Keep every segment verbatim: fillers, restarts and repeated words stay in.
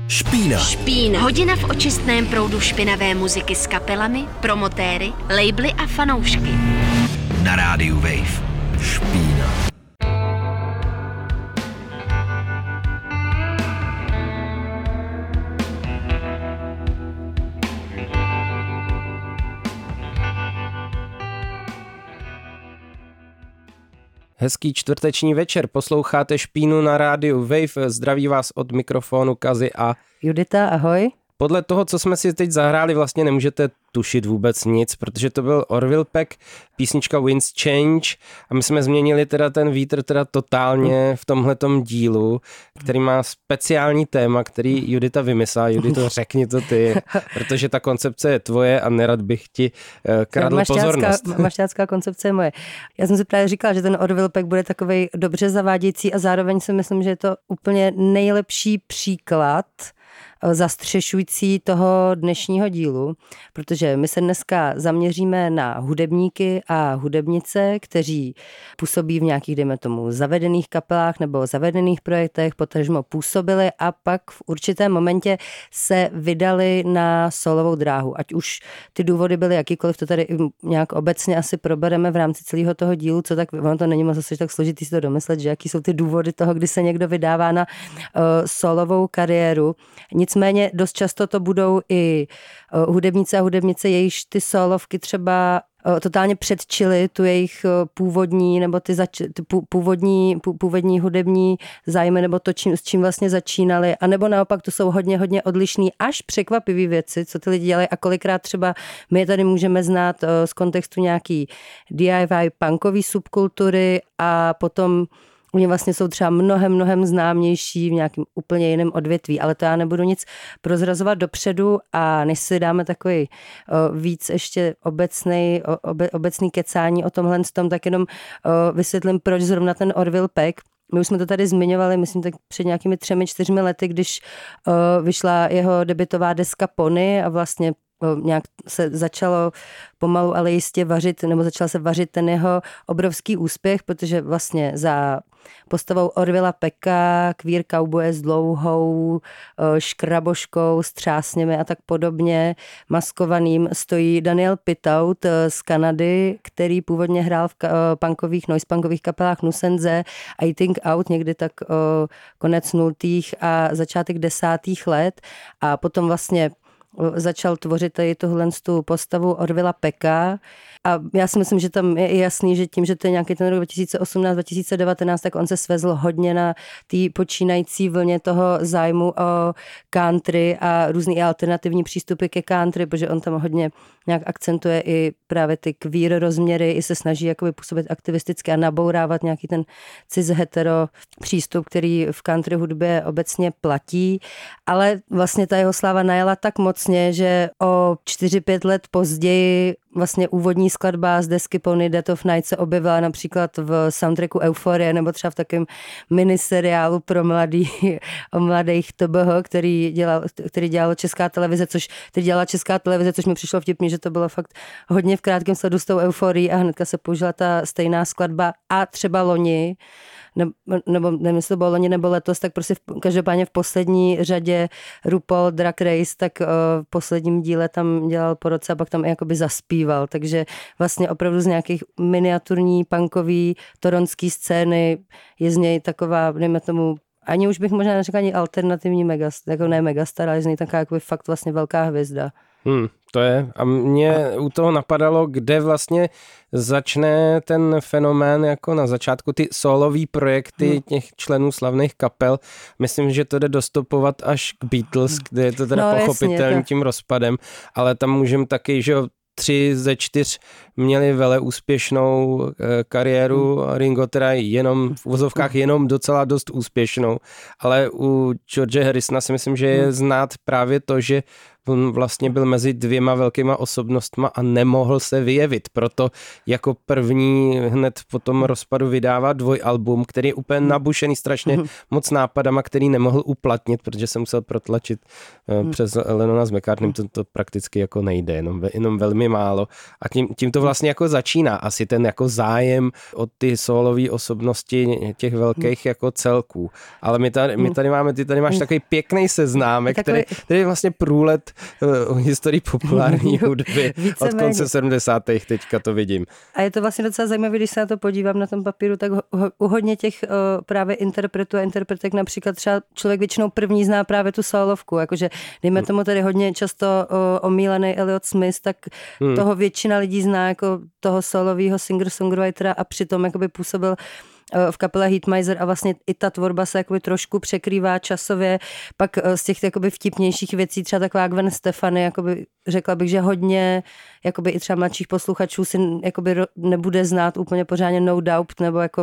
Špína. Špína. Hodina v očistném proudu špinavé muziky s kapelami, promotéry, labely a fanoušky. Na rádiu Wave. Špína. Hezký čtvrteční večer, posloucháte Špínu na rádiu Wave, zdraví vás od mikrofonu Kazy a Judita, ahoj. Podle toho, co jsme si teď zahráli, vlastně nemůžete tušit vůbec nic, protože to byl Orville Peck, písnička Winds Change a my jsme změnili teda ten vítr teda totálně v tomhletom dílu, který má speciální téma, který Judita vymyslela. Judito, řekni to ty, protože ta koncepce je tvoje a nerad bych ti uh, kradl mašťácká, pozornost. Mašťácká koncepce je moje. Já jsem si právě říkala, že ten Orville Peck bude takovej dobře zavádějící a zároveň si myslím, že je to úplně nejlepší příklad zastřešující toho dnešního dílu, protože my se dneska zaměříme na hudebníky a hudebnice, kteří působí v nějakých, dejme tomu, zavedených kapelách nebo zavedených projektech, potažmo působili a pak v určitém momentě se vydali na solovou dráhu. Ať už ty důvody byly jakýkoliv, to tady nějak obecně asi probereme v rámci celého toho dílu, co tak, ono to není moc asi tak složitý si to domyslet, že jaký jsou ty důvody toho, kdy se někdo vydává na uh, solovou kariéru. Nicméně dost často to budou i hudebníci a hudebnice, jejichž ty solovky třeba totálně předčily tu jejich původní nebo ty, zač- ty původní, původní hudební zájmy nebo to, čím, s čím vlastně začínali. A nebo naopak to jsou hodně, hodně odlišný až překvapivý věci, co ty lidi dělají a kolikrát třeba my je tady můžeme znát z kontextu nějaký D I Y punkový subkultury a potom oni vlastně jsou třeba mnohem, mnohem známější v nějakém úplně jiném odvětví, ale to já nebudu nic prozrazovat dopředu a než si dáme takový o, víc ještě obecnej, obe, obecný kecání o tomhle tom, tak jenom o, vysvětlím, proč zrovna ten Orville Peck. My už jsme to tady zmiňovali, myslím, tak před nějakými třemi, čtyřmi lety, když o, vyšla jeho debutová deska Pony a vlastně nějak se začalo pomalu, ale jistě vařit, nebo začal se vařit ten jeho obrovský úspěch, protože vlastně za postavou Orvilla Pecka, queer cowboye s dlouhou škraboškou, s třásněmi a tak podobně, maskovaným, stojí Daniel Pitaut z Kanady, který původně hrál v punkových, noise punkových kapelách Nusenze, I Think Out, někdy tak konec nultých a začátek desátých let a potom vlastně začal tvořit tady tuhle tu postavu Orvilla Pecka a já si myslím, že tam je jasný, že tím, že to je nějaký ten rok dva tisíce osmnáct dva tisíce devatenáct, tak on se svezl hodně na té počínající vlně toho zájmu o country a různý alternativní přístupy ke country, protože on tam hodně nějak akcentuje i právě ty queer rozměry, i se snaží jakoby působit aktivisticky a nabourávat nějaký ten cis-hetero přístup, který v country hudbě obecně platí, ale vlastně ta jeho sláva najela tak mocně, že o čtyři pět let později vlastně úvodní skladba z desky Pony Death of Night se objevila například v soundtracku Euforie nebo třeba v takovém miniseriálu pro mladý, o mladých T B H, který, dělal, který dělala Česká televize, což teď dělala Česká televize, což mi přišlo vtipně, že to bylo fakt hodně v krátkém sledu s tou Euforií a hnedka se použila ta stejná skladba a třeba loni, nebo nevím, jestli to bylo loni nebo letos, tak prostě v, každopádně v poslední řadě RuPaul Drag Race, tak uh, v posledním díle tam dělal po roce a pak tam i jakoby zaspíval, takže vlastně opravdu z nějakých miniaturní punkový toronský scény je z něj taková, dejme tomu, ani už bych možná neřekla ani alternativní megastar, jako ne megastar, ale z něj taková jako fakt vlastně velká hvězda. Hmm, to je. A mě a... u toho napadalo, kde vlastně začne ten fenomén jako na začátku ty solový projekty hmm. těch členů slavných kapel. Myslím, že to jde dostupovat až k Beatles, kde je to teda no, pochopitelný tím rozpadem, ale tam můžeme taky, že tři ze čtyř měli vele úspěšnou e, kariéru, hmm. Ringo teda jenom v uvozovkách jenom docela dost úspěšnou, ale u George Harrisona si myslím, že je znát právě to, že on vlastně byl mezi dvěma velkýma osobnostma a nemohl se vyjevit. Proto jako první hned po tom rozpadu vydává dvojalbum, který je úplně nabušený strašně moc nápadama, který nemohl uplatnit, protože se musel protlačit hmm. přes Lennona s McCartneym, to, to prakticky jako nejde, jenom, jenom velmi málo. A tím, tím to vlastně jako začíná. Asi ten jako zájem o ty solové osobnosti těch velkých jako celků. Ale my tady, my tady máme, ty tady máš takový pěkný seznámek, takový... který, který je vlastně průlet o historii populární hudby od konce sedmdesátých teďka to vidím. A je to vlastně docela zajímavé, když se na to podívám na tom papíru, tak ho, u hodně těch o, právě interpretů a interpretek například třeba člověk většinou první zná právě tu solovku, jakože dejme tomu tady hodně často o, omílený Elliot Smith, tak hmm. toho většina lidí zná jako toho solového singer-songwritera a přitom jakoby působil v kapele Heatmiser a vlastně i ta tvorba se jakoby trošku překrývá časově. Pak z těch jakoby vtipnějších věcí třeba taková Gwen Stefani, jakoby řekla bych, že hodně jakoby i třeba mladších posluchačů si jakoby nebude znát úplně pořádně No Doubt, nebo jako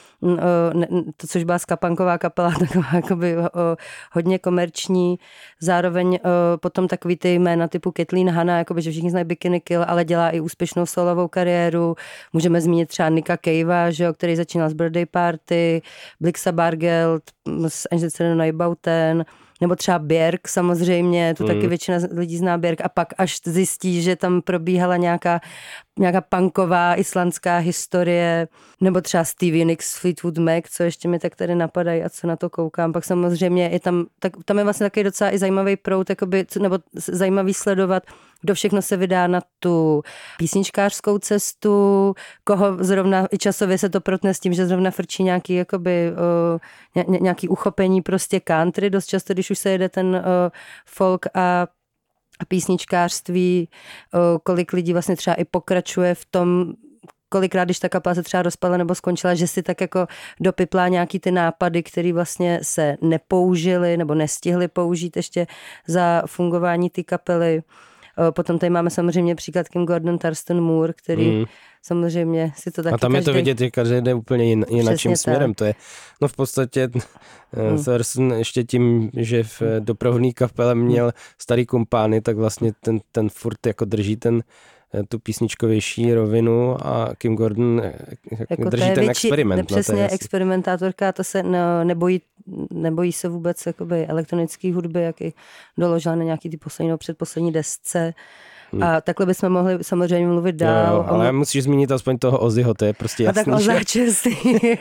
to, což byla skapanková kapela, taková jakoby hodně komerční. Zároveň potom takový ty jména typu Kathleen Hanna, jakoby, že všichni znají Bikini Kill, ale dělá i úspěšnou solovou kariéru. Můžeme zmínit třeba Nicka Cavea, že jo, který začínal z Birthday Party, Blixa Bargeld, s Angel Neubauten, nebo třeba Björk samozřejmě, tu mm. taky většina lidí zná Björk a pak až zjistí, že tam probíhala nějaká, nějaká punková islandská historie, nebo třeba Stevie Nicks, Fleetwood Mac, co ještě mi tak tady napadají a co na to koukám. Pak samozřejmě je tam, tak, tam je vlastně taky docela i zajímavý proud, jakoby, nebo zajímavý sledovat, kdo všechno se vydá na tu písničkářskou cestu, koho zrovna i časově se to protne s tím, že zrovna frčí nějaký, jakoby, o, ně, nějaký uchopení prostě country, dost často, když už se jede ten o, folk a a písničkářství, o, kolik lidí vlastně třeba i pokračuje v tom, kolikrát, když ta kapela se třeba rozpadla nebo skončila, že si tak jako dopipla nějaký ty nápady, které vlastně se nepoužily nebo nestihly použít ještě za fungování té kapely. Potom tady máme samozřejmě příklad Kim Gordon, Thurston Moore, který mm. samozřejmě si to taky a tam každý... je to vidět, že každý jde úplně jin, jinakým směrem. Tak. To je, no v podstatě mm. Thurston ještě tím, že v doprovodné kapele měl starý kumpány, tak vlastně ten, ten furt jako drží ten tu písničkovější rovinu a Kim Gordon jako drží ten větší, experiment. Přesně, no, experimentátorka, to se no, nebojí, nebojí se vůbec jakoby elektronické hudby, jak i doložila na nějaký ty poslední, no, předposlední desce. Hmm. A takhle bychom mohli samozřejmě mluvit dál. Jo, ale on... musíš zmínit aspoň toho Ozzyho, to je prostě jasný. A tak Ozzáčestý.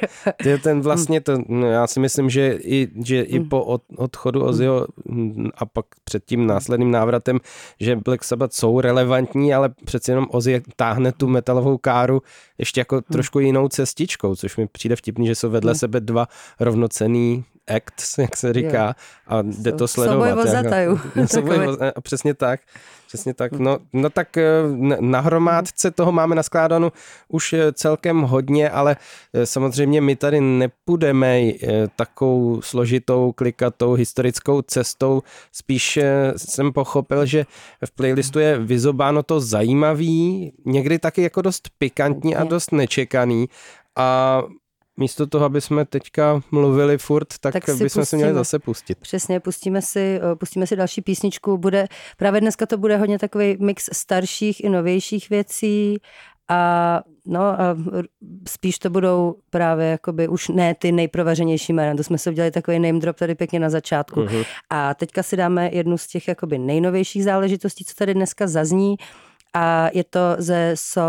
Ty ten vlastně, to, no já si myslím, že i, že i po od, odchodu Ozzyho a pak před tím následným návratem, že Black Sabbath jsou relevantní, ale přeci jenom Ozzy táhne tu metalovou káru ještě jako trošku jinou cestičkou, což mi přijde vtipný, že jsou vedle hmm. sebe dva rovnocenný acts, jak se říká, jo. A jde to sledovat. Souboj vozataju. A přesně tak. Přesně tak. No, no tak na hromádce toho máme naskládáno už celkem hodně, ale samozřejmě my tady nepůjdeme takovou složitou, klikatou, historickou cestou. Spíš jsem pochopil, že v playlistu je vyzobáno to zajímavý, někdy taky jako dost pikantní a dost nečekaný. A místo toho, aby jsme teďka mluvili furt, tak, tak bychom pustíme, si měli zase pustit. Přesně, pustíme si, pustíme si další písničku. Bude, právě dneska to bude hodně takový mix starších i novějších věcí a, no, a spíš to budou právě jakoby už ne ty nejprovařenější jména. To jsme si udělali takový name drop tady pěkně na začátku. Uh-huh. A teďka si dáme jednu z těch jakoby nejnovějších záležitostí, co tady dneska zazní. A je to ze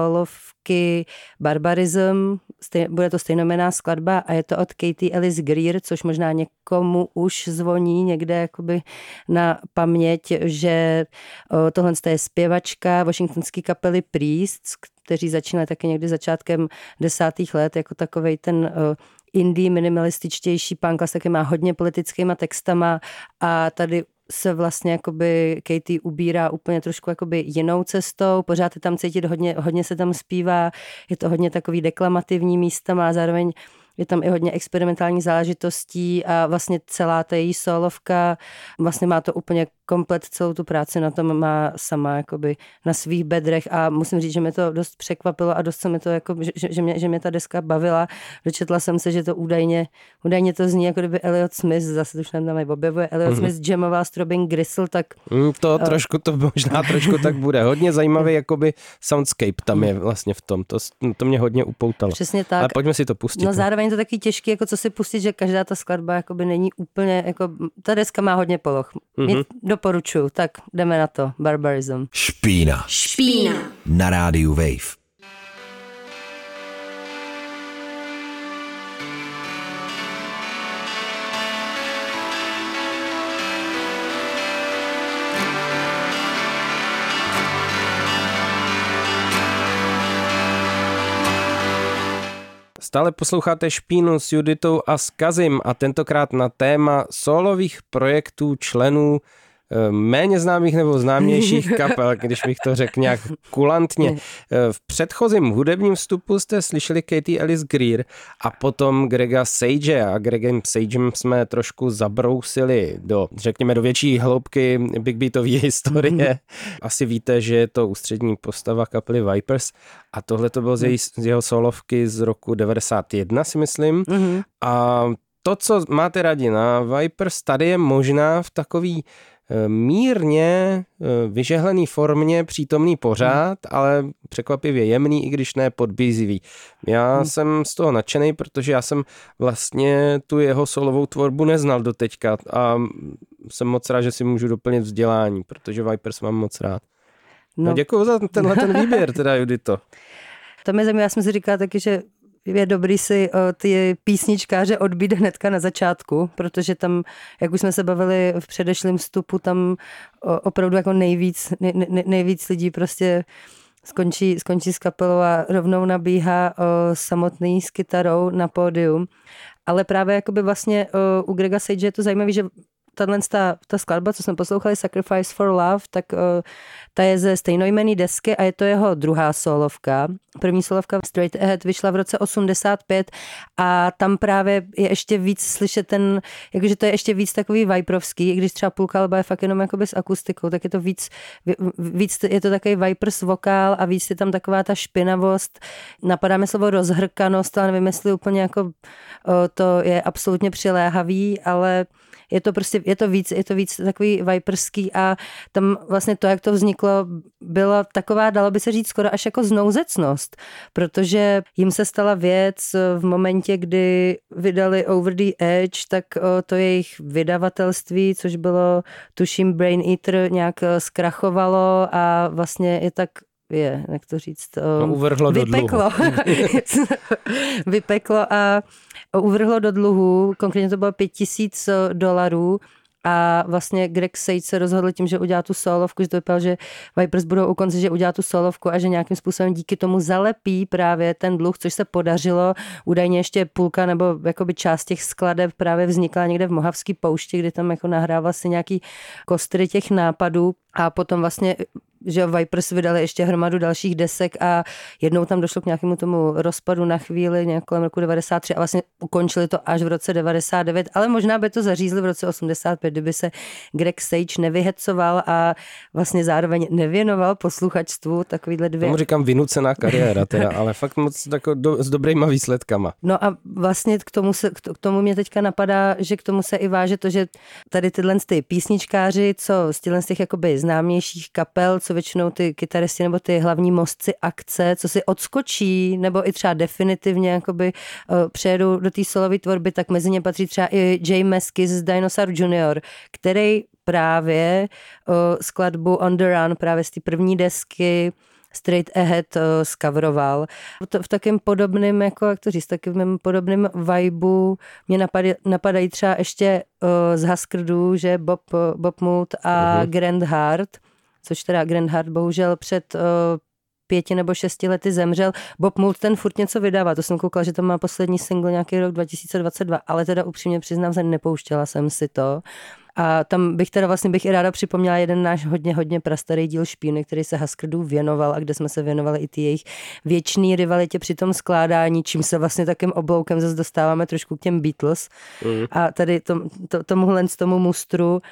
solovky Barbarism, stej, bude to stejnojmenná skladba a je to od Katie Ellis Greer, což možná někomu už zvoní někde jakoby na paměť, že o, tohle je zpěvačka washingtonské kapely Priests, kteří začínali taky někdy začátkem desátých let jako takovej ten o, indie minimalističtější punk, a taky má hodně politickýma textama a tady se vlastně jakoby Katie ubírá úplně trošku jakoby jinou cestou, pořád je tam cítit hodně, hodně se tam zpívá, je to hodně takový deklamativní místama a zároveň je tam i hodně experimentální záležitostí a vlastně celá ta její solovka vlastně má to úplně komplet celou tu práci na tom má sama jakoby na svých bedrech a musím říct, že mě to dost překvapilo a dost se mi to jako, že, že, mě, že mě ta deska bavila. Dočetla jsem se, že to údajně, údajně to zní, jako kdyby Elliot Smith, zase už tam tam objevuje, Elliot mm-hmm. Smith jamoval s Robin Gristle, tak... Mm, to trošku, to možná trošku tak bude. Hodně zajímavý jakoby soundscape tam je vlastně v tom. To, to mě hodně upoutalo. Přesně tak. Ale pojďme si to pustit. No zároveň je to taky těžký, jako co si pustit, že každá ta skladba jakoby není úplně, jako ta deska má hodně poloh. Mm-hmm. Doporučuju, tak jdeme na to. Barbarism. Špína. Špína. Na rádiu Wave. Stále posloucháte Špínu s Juditou a s Kazim a tentokrát na téma solových projektů členů méně známých nebo známějších kapel, když bych to řekl nějak kulantně. V předchozím hudebním vstupu jste slyšeli Katie Ellis Greer a potom Grega Sage a Gregem Sagem jsme trošku zabrousili do, řekněme, do větší hloubky big beatové historie. Asi víte, že je to ústřední postava kapely Vipers a tohle to bylo z, jej, z jeho solovky z roku devadesát jedna, si myslím. Mm-hmm. A to, co máte rádi na Vipers, tady je možná v takový mírně vyžehlený formě přítomný pořád, ale překvapivě jemný, i když ne podbízivý. Já hmm. jsem z toho nadšený, protože já jsem vlastně tu jeho solovou tvorbu neznal doteďka a jsem moc rád, že si můžu doplnit vzdělání, protože Vipers mám moc rád. No, no děkuju za tenhle ten výběr, teda Judito. To mě zajímá, já jsem si říkala taky, že je dobrý si o, ty písničkáře odbít hnedka na začátku, protože tam, jak už jsme se bavili v předešlém vstupu, tam o, opravdu jako nejvíc, nej, nej, nejvíc lidí prostě skončí, skončí s kapelou a rovnou nabíhá o, samotný s kytarou na pódium. Ale právě jakoby vlastně o, u Grega Sage je to zajímavé, že tato ta, ta skladba, co jsme poslouchali, Sacrifice for Love, tak uh, ta je ze stejnojmenný desky a je to jeho druhá solovka. První solovka Straight Ahead vyšla v roce osmdesát pět a tam právě je ještě víc slyšet ten, jakože to je ještě víc takový viprovský, i když třeba půlka alba je fakt jenom jakoby s akustikou, tak je to víc, víc je to takový Vipers vokál a víc je tam taková ta špinavost. Napadá mi slovo rozhrkanost, ale nevím, jestli úplně jako uh, to je absolutně přiléhavý, ale je to prostě, je to víc, je to víc takový viperský a tam vlastně to, jak to vzniklo, byla taková, dalo by se říct, skoro až jako znouzecnost, protože jim se stala věc v momentě, kdy vydali Over the Edge, tak to jejich vydavatelství, což bylo, tuším, Brain Eater, nějak zkrachovalo a vlastně je tak je, jak to říct, no, uvrhlo vypeklo. do dluhu. vypeklo a uvrhlo do dluhu, konkrétně to bylo pět tisíc dolarů a vlastně Greg Sage se rozhodl tím, že udělá tu solovku, že to vypadalo, že Vipers budou u konce, že udělá tu solovku a že nějakým způsobem díky tomu zalepí právě ten dluh, což se podařilo. Údajně ještě půlka nebo jakoby část těch skladeb právě vznikla někde v Mohavský poušti, kdy tam jako nahrával si nějaký kostry těch nápadů a potom vlastně že Vipers vydali ještě hromadu dalších desek a jednou tam došlo k nějakému tomu rozpadu na chvíli nějak kolem roku devadesát tři a vlastně ukončili to až v roce devadesát devět, ale možná by to zařízli v roce osmdesát pět, kdyby se Greg Sage nevyhecoval a vlastně zároveň nevěnoval posluchačstvu takovýhle dvě. Tomu říkám vynucená kariéra teda, ale fakt moc jako do, s dobrýma výsledkama. No a vlastně k tomu, se, k tomu mě teďka napadá, že k tomu se i váže to, že tady tyhle ty písničkáři, co z těch jakoby známějších kapel, co většinou ty kytaristi nebo ty hlavní mostci akce, co si odskočí, nebo i třeba definitivně jakoby uh, přejedou do té solové tvorby, tak mezi ně patří třeba i Jay Meskis z Dinosaur junior, který právě uh, skladbu On the Run právě z té první desky Straight Ahead uh, skavroval. V, v takém podobném, jako jak to říct, takovém podobném vibu mě napadají, napadají třeba ještě uh, z Huskerdů, že Bob, Bob Mould a uh-huh. Grant Hart, což teda Grant Hart bohužel před uh, pěti nebo šesti lety zemřel. Bob Mould ten furt něco vydává, to jsem koukala, že tam má poslední single nějaký rok dva tisíce dvacet dva, ale teda upřímně přiznám se, nepouštěla jsem si to. A tam bych teda vlastně bych i ráda připomněla jeden náš hodně, hodně prastarý díl Špíny, který se Huskerdů věnoval a kde jsme se věnovali i ty jejich věčný rivalitě při tom skládání, čím se vlastně takým obloukem zase dostáváme trošku k těm Beatles. Mm. A tady tom, to, tomuhle z tomu mustru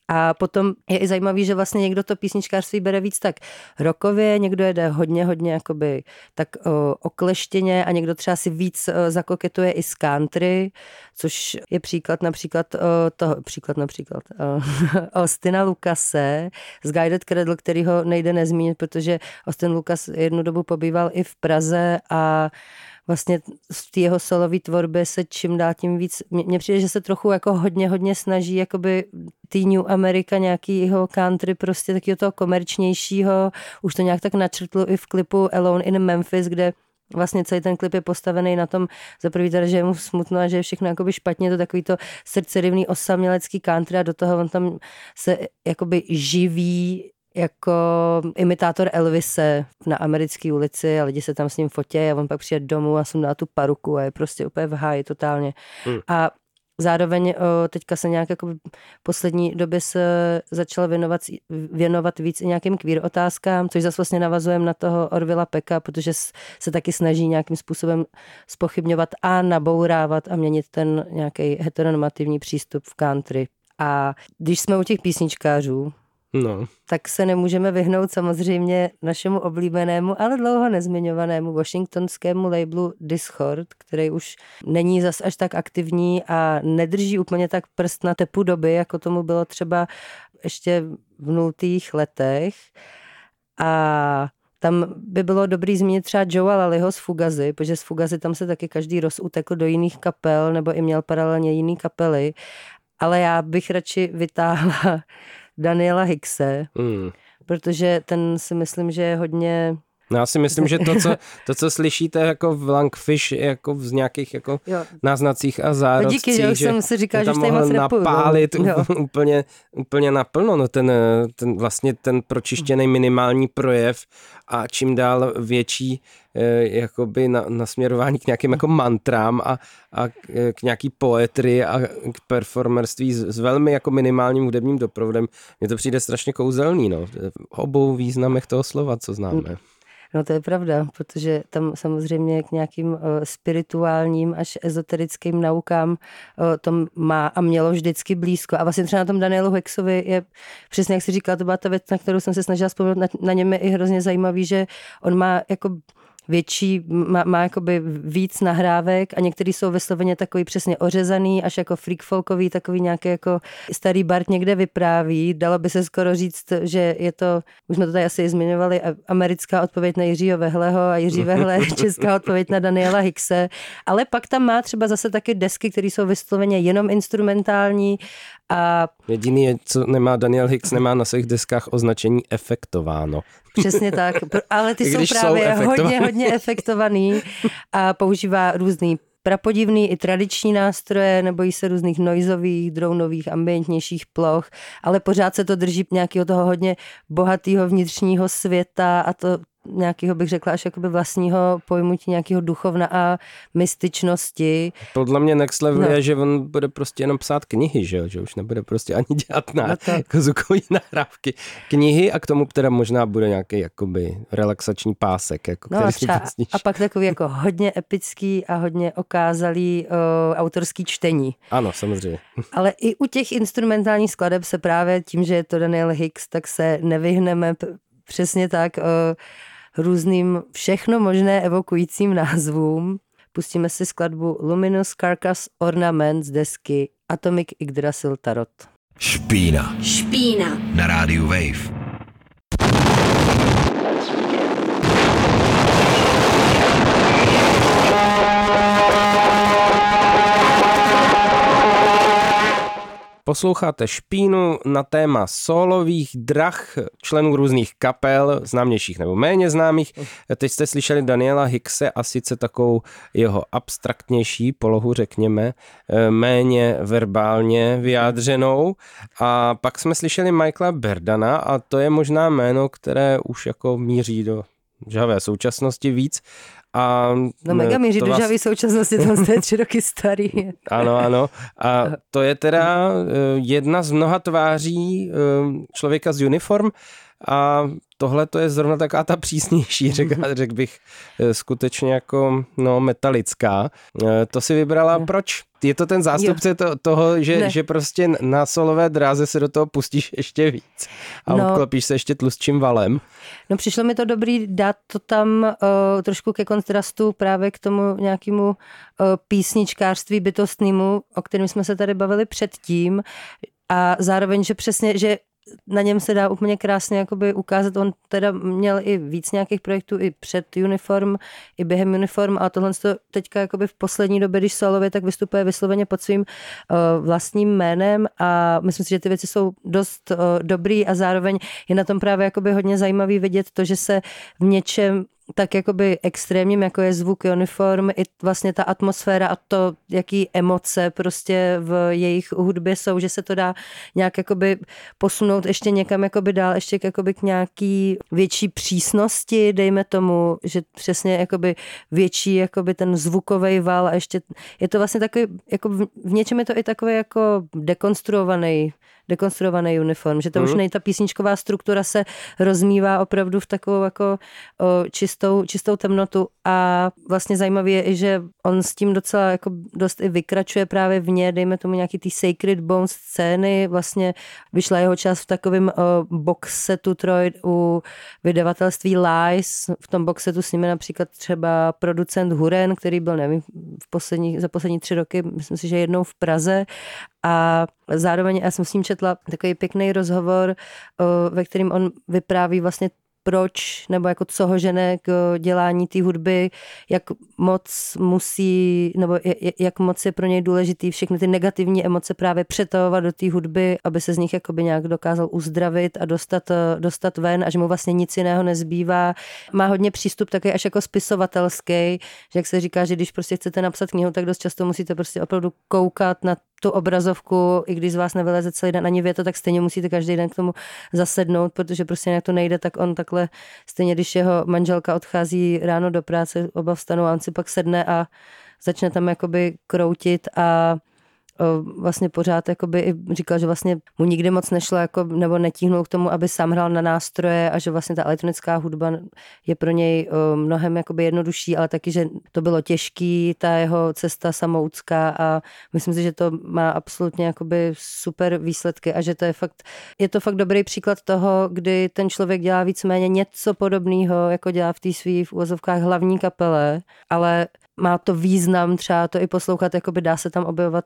A potom je i zajímavý, že vlastně někdo to písničkářství bere víc tak rockově, někdo jede hodně, hodně jakoby tak o, okleštěně a někdo třeba si víc o, zakoketuje i z country, což je příklad například o, toho, příklad například o, Austina Lucase z Guided Cradle, kterýho nejde nezmínit, protože Austin Lucas jednu dobu pobýval i v Praze a vlastně v té jeho solové tvorbě se čím dál tím víc, mně přijde, že se trochu jako hodně, hodně snaží jakoby tý New America nějakýho country, prostě takového toho komerčnějšího, už to nějak tak načrtlo i v klipu Alone in Memphis, kde vlastně celý ten klip je postavený na tom, za prvý teda, že je mu smutno a že je všechno jakoby špatně, to takový to srdcerivný osamělecký country a do toho on tam se jakoby živí jako imitátor Elvise na americké ulici a lidi se tam s ním fotí a on pak přijde domů a sundá tu paruku a je prostě úplně v háji totálně. Hmm. A zároveň o, teďka se nějak jako v poslední době se začal věnovat, věnovat víc i nějakým queer otázkám, což zase vlastně navazujeme na toho Orvilla Pecka, protože se taky snaží nějakým způsobem zpochybňovat a nabourávat a měnit ten nějaký heteronormativní přístup v country. A když jsme u těch písničkářů, No. tak se nemůžeme vyhnout samozřejmě našemu oblíbenému, ale dlouho nezmiňovanému washingtonskému labelu Dischord, který už není zas až tak aktivní a nedrží úplně tak prst na tepu doby, jako tomu bylo třeba ještě v nultých letech. A tam by bylo dobrý zmínit třeba Joea Lallyho z Fugazi, protože z Fugazi tam se taky každý rozutekl do jiných kapel, nebo i měl paralelně jiný kapely. Ale já bych radši vytáhla Daniela Hickse, mm. protože ten si myslím, že je hodně... No já si myslím, že to, co, to, co slyšíte jako v Langfish, jako v nějakých jako náznacích a zárodcích, díky, že, že jsem si říkal, že tady moc repuju, napálit no. úplně, úplně naplno, no ten, ten vlastně ten pročištěný minimální projev a čím dál větší jakoby na, nasměrování k nějakým jako mantrám a, a k nějaký poetry a k performerství s, s velmi jako minimálním hudebním doprovodem. Mně to přijde strašně kouzelný, no. V obou významech toho slova, co známe. No to je pravda, protože tam samozřejmě k nějakým uh, spirituálním až ezoterickým naukám uh, to má a mělo vždycky blízko. A vlastně třeba na tom Danielu Hicksovi je, přesně jak jsi říkala, to byla ta věc, na kterou jsem se snažila vzpomenout, na, na něm je i hrozně zajímavý, že on má jako větší, má, má jakoby víc nahrávek a některý jsou vysloveně takový přesně ořezaný, až jako freak folkový, takový nějaký jako starý Bart někde vypráví. Dalo by se skoro říct, že je to, už jsme to tady asi zmiňovali, americká odpověď na Jiřího Vehleho a Jiří Vehle česká odpověď na Daniela Hickse, ale pak tam má třeba zase taky desky, které jsou vysloveně jenom instrumentální a... Jediný je, co nemá Daniel Hicks, nemá na svých deskách označení efektováno. Přesně tak, ale ty jsou právě jsou hodně, hodně efektovaný a používá různý prapodivný i tradiční nástroje, nebojí se různých noizových, dronových, ambientnějších ploch, ale pořád se to drží nějakého toho hodně bohatého vnitřního světa a to nějakého, bych řekla, až jakoby vlastního pojmutí nějakého duchovna a mystičnosti. Podle mě next level no. je, že on bude prostě jenom psát knihy, že, že už nebude prostě ani dělat na, no jako zvukový nahrávky. Knihy a k tomu teda možná bude nějaký jakoby relaxační pásek. Jako, no který třeba, a pak takový jako hodně epický a hodně okázalý o, autorský čtení. Ano, samozřejmě. Ale i u těch instrumentálních skladeb se právě tím, že je to Daniel Hicks, tak se nevyhneme p- přesně tak o, různým všechno možné evokujícím názvům. Pustíme si skladbu Luminous Carcass Ornament z desky Atomic Yggdrasil Tarot. Špína. Špína. Na rádiu Wave. Posloucháte Špínu na téma solových drah členů různých kapel, známějších nebo méně známých. Teď jste slyšeli Daniela Hickse a sice takovou jeho abstraktnější polohu, řekněme, méně verbálně vyjádřenou. A pak jsme slyšeli Michaela Berdana a to je možná jméno, které už jako míří do žhavé současnosti víc. A no mega míří do žavy současnosti, to je tři roky starý. Ano, ano. A to je teda jedna z mnoha tváří Člověka z uniform a tohle to je zrovna taková ta přísnější, řekl řek bych, skutečně jako no, metalická. To si vybrala, proč? Je to ten zástupce to, toho, že, že prostě na solové dráze se do toho pustíš ještě víc a no, obklopíš se ještě tlustším valem. No přišlo mi to dobrý dát to tam uh, trošku ke kontrastu právě k tomu nějakému uh, písničkářství bytostnému, o kterém jsme se tady bavili předtím a zároveň, že přesně, že na něm se dá úplně krásně jakoby ukázat. On teda měl i víc nějakých projektů i před uniform, i během uniform, a tohle to teďka jakoby v poslední době, když solově, tak vystupuje vysloveně pod svým uh, vlastním jménem a myslím si, že ty věci jsou dost uh, dobrý a zároveň je na tom právě jakoby hodně zajímavý vidět to, že se v něčem tak jakoby extrémním, jako je zvuk uniform, i vlastně ta atmosféra a to, jaký emoce prostě v jejich hudbě jsou, že se to dá nějak jakoby posunout ještě někam jakoby dál, ještě jakoby k nějaký větší přísnosti, dejme tomu, že přesně jakoby větší jakoby ten zvukový val a ještě je to vlastně takový, jako v něčem je to i takový jako dekonstruovaný dekonstruovaný uniform, že to mm. už nej, ta písničková struktura se rozmívá opravdu v takovou jako o, čistou, čistou temnotu a vlastně zajímavé je i, že on s tím docela jako dost i vykračuje právě vně, dejme tomu nějaký ty Sacred Bones scény, vlastně vyšla jeho část v takovém box setu Troy u vydavatelství Lies, v tom box setu s nimi například třeba producent Huren, který byl, nevím, v poslední, za poslední tři roky, myslím si, že jednou v Praze. A zároveň já jsem s ním četla takový pěkný rozhovor, ve kterým on vypráví vlastně proč, nebo jako co ho žene k dělání té hudby, jak moc musí, nebo jak moc je pro něj důležitý všechny ty negativní emoce právě přetahovat do té hudby, aby se z nich jakoby nějak dokázal uzdravit a dostat, dostat ven a že mu vlastně nic jiného nezbývá. Má hodně přístup taky až jako spisovatelský, že jak se říká, že když prostě chcete napsat knihu, tak dost často musíte prostě opravdu koukat na tu obrazovku, i když z vás nevyleze celý den ani věta, tak stejně musíte každý den k tomu zasednout, protože prostě jak to nejde, tak on takhle stejně, když jeho manželka odchází ráno do práce, oba vstanou a on si pak sedne a začne tam jakoby kroutit a vlastně pořád jakoby říkal, že vlastně mu nikdy moc nešlo jako, nebo netíhnul k tomu, aby sám hrál na nástroje a že vlastně ta elektronická hudba je pro něj mnohem jakoby jednodušší, ale taky, že to bylo těžký, ta jeho cesta samoucká a myslím si, že to má absolutně jakoby super výsledky a že to je fakt, je to fakt dobrý příklad toho, kdy ten člověk dělá víceméně něco podobného, jako dělá v té svý v uvozovkách hlavní kapele, ale má to význam třeba to i poslouchat, jakoby dá se tam objevovat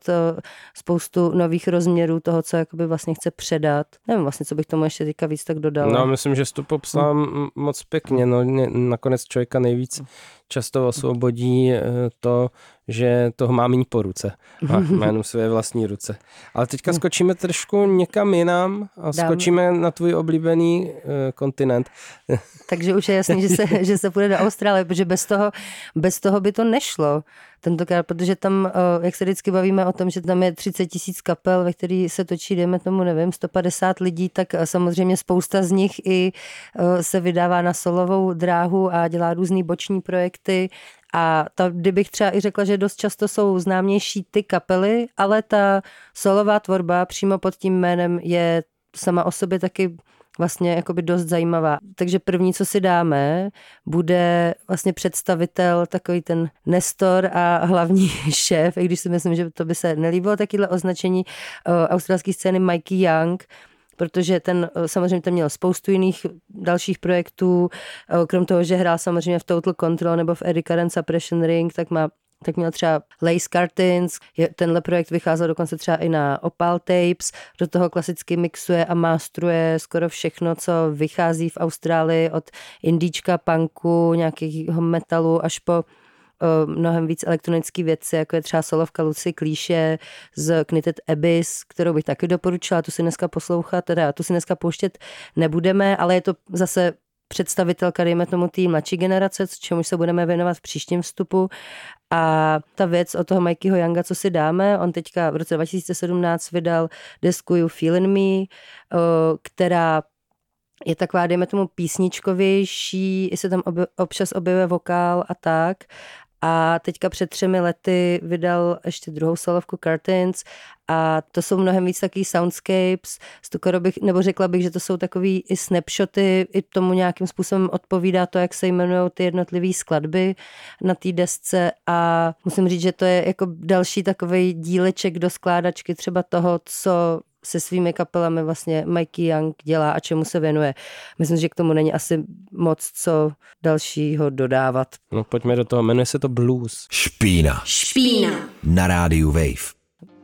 spoustu nových rozměrů toho, co jakoby vlastně chce předat. Nevím vlastně, co bych tomu ještě teďka víc tak dodala. No, myslím, že jsi to popsala hmm. moc pěkně. No, nakonec člověka nejvíc často osvobodí to, že toho má míň po ruce. Má jenom své vlastní ruce. Ale teďka skočíme trošku někam jinam a Dám. skočíme na tvůj oblíbený uh, kontinent. Takže už je jasný, že se, že se půjde do Austrálie, protože bez toho, bez toho by to nešlo. Tentokrát, protože tam, jak se vždycky bavíme o tom, že tam je třicet tisíc kapel, ve který se točí, dejme tomu, nevím, sto padesát lidí, tak samozřejmě spousta z nich i se vydává na solovou dráhu a dělá různý boční projekty. A ta, kdybych třeba i řekla, že dost často jsou známější ty kapely, ale ta solová tvorba přímo pod tím jménem je sama o sobě taky vlastně jakoby dost zajímavá. Takže první, co si dáme, bude vlastně představitel, takový ten nestor a hlavní šéf, i když si myslím, že to by se nelíbilo, takové označení uh, australské scény Mikey Young, protože ten samozřejmě tam měl spoustu jiných dalších projektů, krom toho, že hrál samozřejmě v Total Control nebo v Eric Current Suppression Ring, tak má tak měl třeba Lace Curtains, tenhle projekt vycházel dokonce třeba i na Opal Tapes, do toho klasicky mixuje a mastruje skoro všechno, co vychází v Austrálii od indíčka, punku, nějakého metalu až po mnohem víc elektronické věci, jako je třeba solovka Lucy Klíše z Knitted Abyss, kterou bych taky doporučila, tu si dneska poslouchat, teda tu si dneska pouštět nebudeme, ale je to zase představitelka, dejme tomu, té mladší generace, čemu se budeme věnovat v příštím vstupu. A ta věc od toho Mikeyho Younga, co si dáme, on teďka v roce dva tisíce sedmnáct vydal desku You Feelin' Me, která je taková, dejme tomu, písničkovější, i se tam obje, občas objevuje vokál a tak. A teďka před třemi lety vydal ještě druhou solovku Curtains a to jsou mnohem víc takový soundscapes, skoro bych, nebo řekla bych, že to jsou takový i snapshoty, i tomu nějakým způsobem odpovídá to, jak se jmenují ty jednotlivé skladby na té desce a musím říct, že to je jako další takový díleček do skládačky třeba toho, co se svými kapelami vlastně Mikey Young dělá a čemu se věnuje. Myslím, že k tomu není asi moc co dalšího dodávat. No pojďme do toho, jmenuje se to Blues. Špína. Špína. Na rádiu Wave.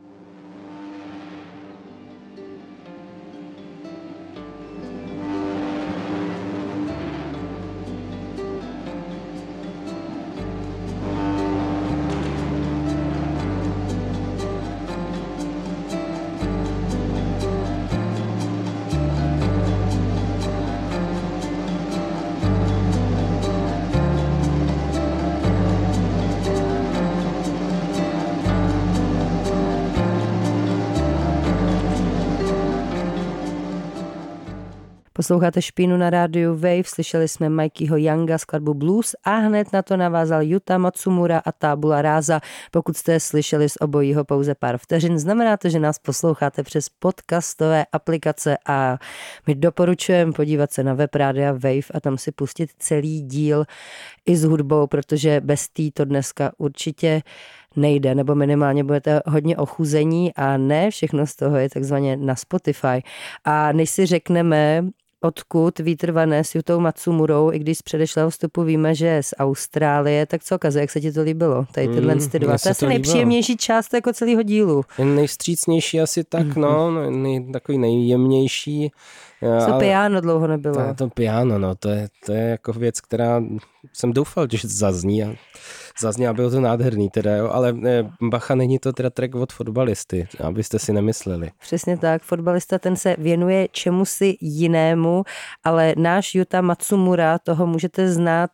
Posloucháte Špínu na rádiu Wave, slyšeli jsme Mikeyho Younga skladbu Blues a hned na to navázal Yuta Matsumura a Tabula Rasa. Pokud jste slyšeli z obojího pouze pár vteřin, znamená to, že nás posloucháte přes podcastové aplikace a my doporučujeme podívat se na web Rádia Wave a tam si pustit celý díl i s hudbou, protože bez tý to dneska určitě nejde, nebo minimálně budete hodně ochuzení a ne všechno z toho je takzvaně na Spotify. A než si řekneme, odkud vítr vane s Yutou Matsumurou, i když z předešlého vstupu víme, že je z Austrálie, tak co, Kaze, jak se ti to líbilo? Tady tyhle mm, ty dva. To je asi nejpříjemnější část jako celého dílu. Nejvstřícnější asi tak, mm-hmm. no, nej, takový nejjemnější. Co ale piano dlouho nebylo. To, to piano, no, to je, to je jako věc, která jsem doufal, že zazní a zazní a bylo to nádherný teda, jo, ale bacha, není to teda track od fotbalisty, abyste si nemysleli. Přesně tak, fotbalista ten se věnuje čemusi jinému, ale náš Yuta Matsumura, toho můžete znát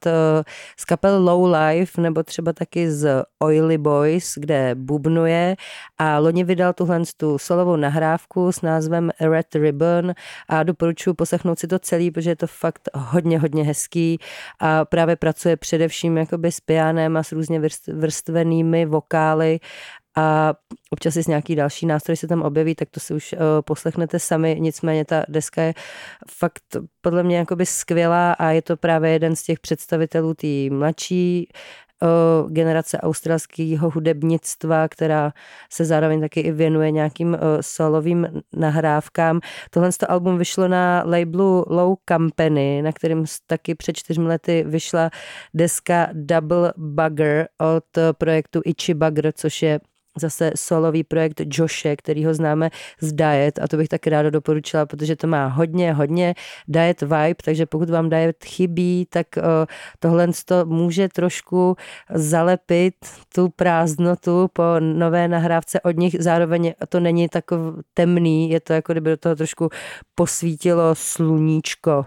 z kapel Low Life nebo třeba taky z Oily Boys, kde bubnuje a loni vydal tuhle tu solovou nahrávku s názvem Red Ribbon a doporučuji poslechnout si to celý, protože je to fakt hodně, hodně hezký a právě pracuje především jakoby s pianem a s různě vrstvenými vokály a občas si nějaký další nástroj se tam objeví, tak to si už uh, poslechnete sami, nicméně ta deska je fakt podle mě jakoby skvělá a je to právě jeden z těch představitelů té mladší uh, generace australského hudebnictva, která se zároveň taky i věnuje nějakým uh, solovým nahrávkám. Tohle album vyšlo na labelu Low Company, na kterým taky před čtyřmi lety vyšla deska Double Bugger od projektu Itchy Bugger, což je zase solový projekt Joshe, který ho známe z Diet a to bych taky ráda doporučila, protože to má hodně, hodně Diet vibe, takže pokud vám Diet chybí, tak uh, tohle to může trošku zalepit tu prázdnotu po nové nahrávce od nich, zároveň to není tak temný, je to jako kdyby do toho trošku posvítilo sluníčko.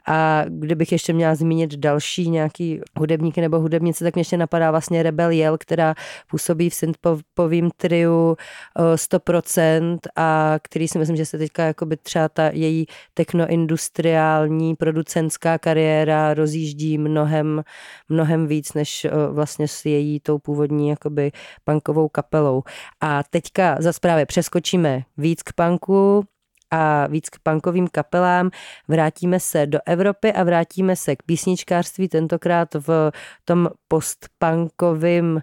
A kdybych ještě měla zmínit další nějaký hudebníky nebo hudebnice, tak mě ještě napadá vlastně Rebel Yell, která působí v synthpopovém triu sto procent a který si myslím, že se teďka jakoby třeba ta její technoindustriální producentská kariéra rozjíždí mnohem, mnohem víc, než vlastně s její tou původní jakoby punkovou kapelou. A teďka zase právě přeskočíme víc k punku a víc k punkovým kapelám. Vrátíme se do Evropy a vrátíme se k písničkářství, tentokrát v tom postpunkovém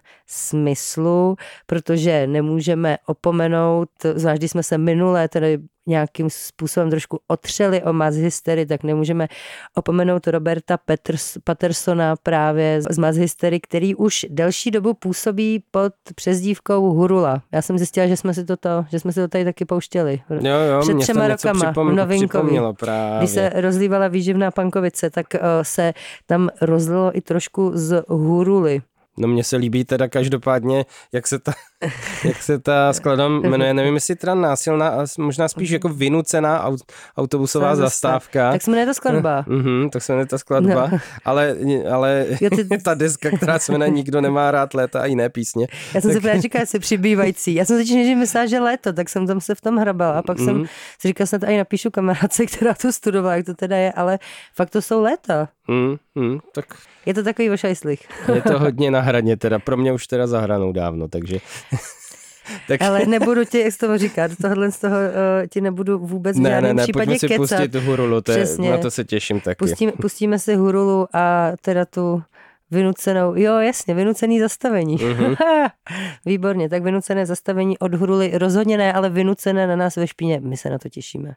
smyslu, protože nemůžeme opomenout, zvlášť když jsme se minulé tedy nějakým způsobem trošku otřeli o Mass Hystery, tak nemůžeme opomenout Roberta Peters, Pattersona právě z Mass Hystery, který už delší dobu působí pod přezdívkou Hurula. Já jsem zjistila, že jsme si to, to, že jsme si to tady taky pouštěli. Jo, jo, před třema rokama připom- novinkový. Právě. Když se rozlívala výživná pankovice, tak uh, se tam rozlilo i trošku z Huruly. No mně se líbí teda každopádně, jak se ta jak se ta skladba jmenuje, nevím, jestli teda násilná, možná spíš jako vynucená aut, autobusová zastávka. Tak se jmenuje ta skladba. Mhm, tak se jmenuje ta skladba, no. ale, ale jo, ty... ta deska, která se jmenuje Nikdo nemá rád léta a jiné písně. Já jsem tak... si právě říkala, jestli přibývající. Já jsem teď než myslela, že léto, tak jsem tam se v tom hrabala a pak mm. jsem si říkala, snad i napíšu kamarádce, která to studovala, jak to teda je, ale fakt to jsou léta. Mm, mm, tak... Je to takový ošajslich. Je to hodně na hraně, teda pro mě už teda za hranou dávno, takže... tak... Ale nebudu ti, jak z toho říkat, tohle z toho uh, ti nebudu vůbec v žádném ne, ne, případě kecat. Ne, ne, pojďme si pustit Hurulu, to je, na to se těším taky. Pustíme, pustíme si Hurulu a teda tu vynucenou, jo jasně, vynucený zastavení. Mm-hmm. Výborně, tak vynucené zastavení od Huruly, rozhodně ne, ale vynucené na nás ve špíně, my se na to těšíme.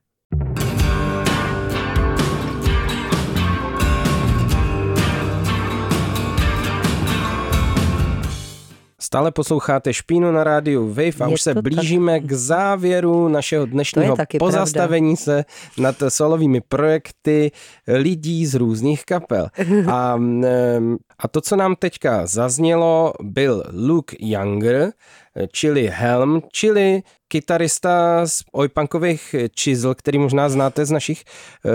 Stále posloucháte Špínu na rádiu Wave a je už se tak... blížíme k závěru našeho dnešního pozastavení pravda. se nad solovými projekty lidí z různých kapel. A, a to, co nám teďka zaznělo, byl Luke Younger, čili Helm, čili kytarista z ojpunkových Chisel, který možná znáte z našich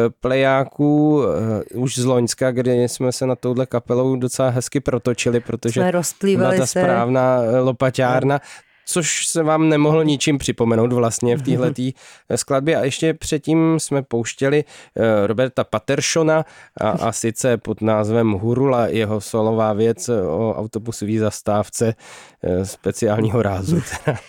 plejáků už z Loňska, kdy jsme se nad touhle kapelou docela hezky protočili, protože byla ta se. správná lopaťárna. Což se vám nemohlo ničím připomenout vlastně v téhletý skladbě. A ještě předtím jsme pouštěli Roberta Pattershona a, a sice pod názvem Hurula, jeho solová věc o autobusové zastávce speciálního rázu.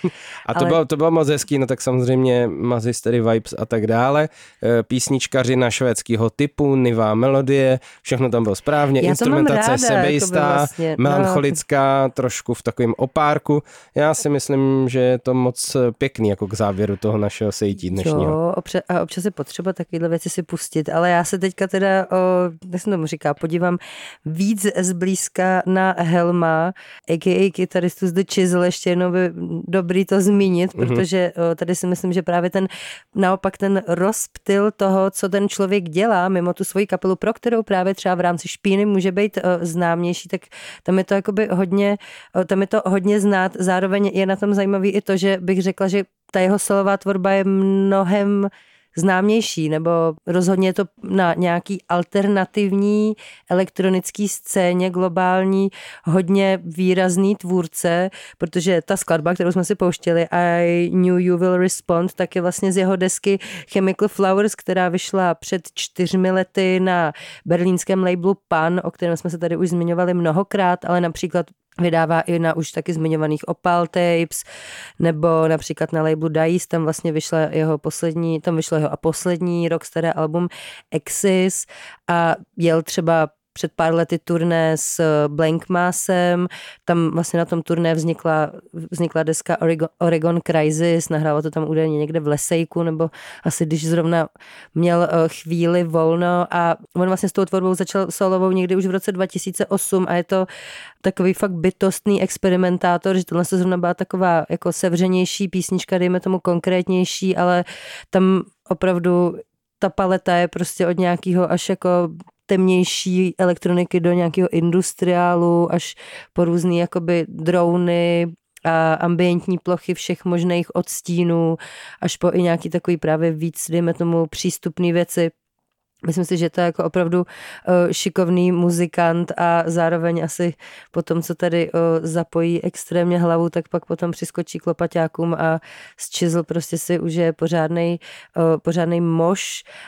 A to, Ale... bylo, to bylo moc hezký, no tak samozřejmě Mazistery Vibes a tak dále. Písničkařina švédského typu, nivá melodie, všechno tam bylo správně, Já instrumentace sebejistá, vlastně. melancholická, no. trošku v takovém opárku. Já si myslím, Myslím, že je to moc pěkný jako k závěru toho našeho sejítí dnešního. Jo, občas, a občas je potřeba takovéhle věci si pustit, ale já se teďka teda, o, jak jsem tomu říká, podívám víc zblízka na Helma, a ká a kytaristu z The Chisel, ještě jednou by dobrý to zmínit, mm-hmm. protože o, tady si myslím, že právě ten, naopak ten rozptyl toho, co ten člověk dělá mimo tu svoji kapelu, pro kterou právě třeba v rámci Špíny může být o, známější, tak tam je to jakoby hodně, o, tam je to hodně znát, zároveň je na tom zajímavý i to, že bych řekla, že ta jeho solová tvorba je mnohem známější, nebo rozhodně je to na nějaký alternativní elektronický scéně globální hodně výrazný tvůrce, protože ta skladba, kterou jsme si pouštěli, I Knew You Will Respond, tak je vlastně z jeho desky Chemical Flowers, která vyšla před čtyřmi lety na berlínském labelu Pan, o kterém jsme se tady už zmiňovali mnohokrát, ale například vydává i na už taky zmiňovaných Opal Tapes, nebo například na labelu Dice, tam vlastně vyšla jeho poslední, tam vyšlo jeho a poslední rok staré album Exis a jel třeba před pár lety turné s Blank Massem, tam vlastně na tom turné vznikla, vznikla deska Oregon, Oregon Crisis, nahrálo to tam údajně někde v Lesejku, nebo asi když zrovna měl chvíli volno a on vlastně s tou tvorbou začal solovou někdy už v roce dva tisíce osm a je to takový fakt bytostný experimentátor, že tohle se zrovna byla taková jako sevřenější písnička, dejme tomu konkrétnější, ale tam opravdu ta paleta je prostě od nějakého až jako temnější elektroniky do nějakého industriálu, až po různý jakoby drony a ambientní plochy všech možných odstínů, až po i nějaký takový právě víc, dejme tomu, přístupný věci. Myslím si, že to je jako opravdu uh, šikovný muzikant a zároveň asi po tom, co tady uh, zapojí extrémně hlavu, tak pak potom přiskočí k lopaťákům a z Chisel prostě si užije pořádnej, uh, pořádnej moš.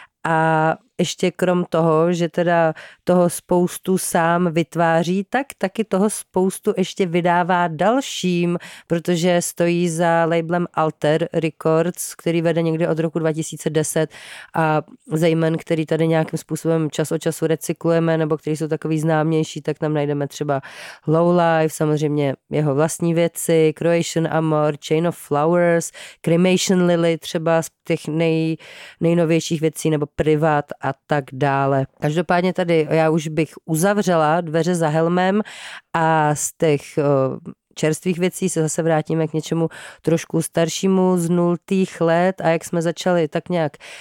A ještě krom toho, že teda toho spoustu sám vytváří, tak taky toho spoustu ještě vydává dalším, protože stojí za labelem Alter Records, který vede někdy od roku dva tisíce deset a zejmen, který tady nějakým způsobem čas od času recyklujeme, nebo který jsou takový známější, tak tam najdeme třeba Lowlife, samozřejmě jeho vlastní věci, Croatian Amor, Chain of Flowers, Cremation Lily, třeba z těch nej, nejnovějších věcí, nebo Privat a tak dále. Každopádně tady já už bych uzavřela dveře za Helmem a z těch čerstvých věcí se zase vrátíme k něčemu trošku staršímu z nultých let a jak jsme začali tak nějak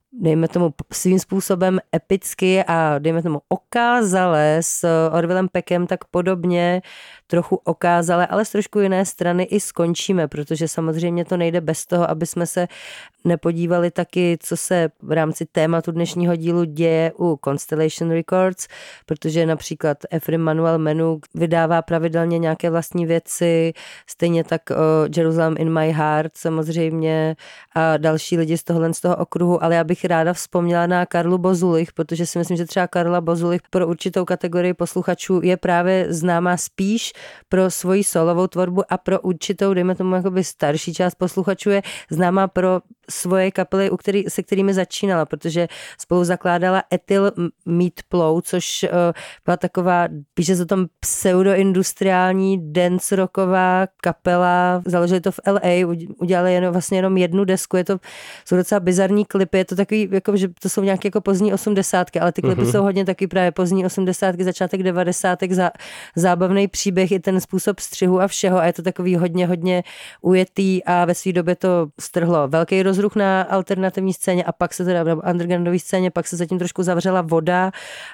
dejme tomu svým způsobem epicky a dejme tomu okázale s Orvillem Peckem, tak podobně trochu okázale, ale z trošku jiné strany i skončíme, protože samozřejmě to nejde bez toho, aby jsme se nepodívali taky, co se v rámci tématu dnešního dílu děje u Constellation Records, protože například Efrem Manuel Menu vydává pravidelně nějaké vlastní věci, stejně tak uh, Jerusalem in my heart samozřejmě a další lidi z tohohle z toho okruhu, ale já bych ráda vzpomněla na Karlu Bozulich, protože si myslím, že třeba Karla Bozulich pro určitou kategorii posluchačů je právě známá spíš pro svoji solovou tvorbu a pro určitou, dejme tomu jakoby starší část posluchačů je známá pro svoje kapely, u který, se kterými začínala, protože spolu zakládala Ethyl Meatplow, což uh, byla taková, píše se o tom pseudoindustriální dance rocková kapela, založili to v L A, udělali jenom, vlastně jenom jednu desku, je to, jsou docela bizarní klipy, je to takový, jako, že to jsou nějaké jako pozdní osmdesátky, ale ty klipy uh-huh. jsou hodně taky právě pozdní osmdesátky, začátek devadesátek, zá, zábavný příběh i ten způsob střihu a všeho a je to takový hodně, hodně ujetý a ve své době to strhlo velký rozruch na alternativní scéně a pak se teda v undergroundové scéně, pak se zatím trošku zavřela voda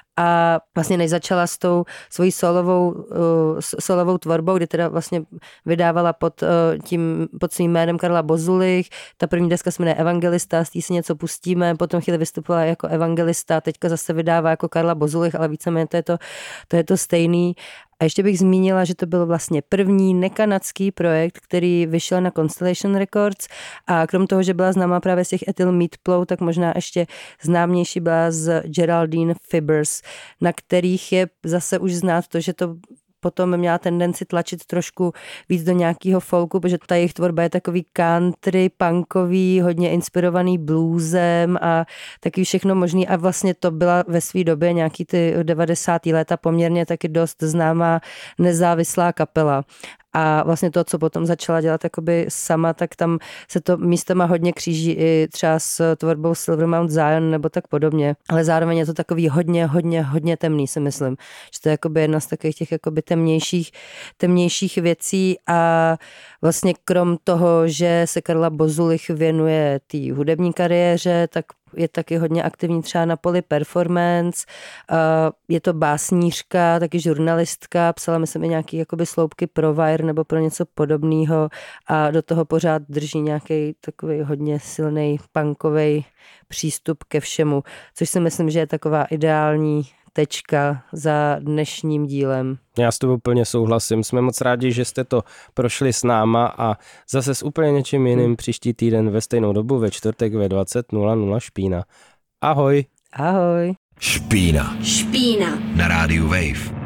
a vlastně než začala s tou svojí solovou, uh, solovou tvorbou, kdy teda vlastně vydávala pod, uh, tím, pod svým jménem Karla Bozulich, ta první deska se jmenuje Evangelista, z té si něco pustíme, potom chvíli vystupovala jako Evangelista, teďka zase vydává jako Karla Bozulich, ale víceméně to je to, to je to stejný. A ještě bych zmínila, že to byl vlastně první nekanadský projekt, který vyšel na Constellation Records a krom toho, že byla známá právě z těch Ethyl Meatplow, tak možná ještě známější byla z Geraldine Fibbers, na kterých je zase už znát to, že to potom měla tendenci tlačit trošku víc do nějakého folku, protože ta jejich tvorba je takový country, punkový, hodně inspirovaný bluesem a taky všechno možný a vlastně to byla ve své době nějaký ty devadesátá léta poměrně taky dost známá nezávislá kapela. A vlastně to, co potom začala dělat jakoby sama, tak tam se to místama hodně kříží i třeba s tvorbou Silver Mount Zion nebo tak podobně. Ale zároveň je to takový hodně, hodně, hodně temný, si myslím. Že to je jakoby jedna z takových těch jakoby temnějších, temnějších věcí a vlastně krom toho, že se Karla Bozulich věnuje té hudební kariéře, tak je taky hodně aktivní třeba na poli performance, je to básnířka, taky žurnalistka, psala myslím i nějaký jakoby sloupky pro Wire nebo pro něco podobného a do toho pořád drží nějaký takový hodně silný punkový přístup ke všemu, což si myslím, že je taková ideální tečka za dnešním dílem. Já s tebou úplně souhlasím. Jsme moc rádi, že jste to prošli s náma a zase s úplně něčím jiným hmm. příští týden ve stejnou dobu ve čtvrtek ve dvacet nula nula Špína. Ahoj. Ahoj. Špína. Špína. Na rádiu Wave.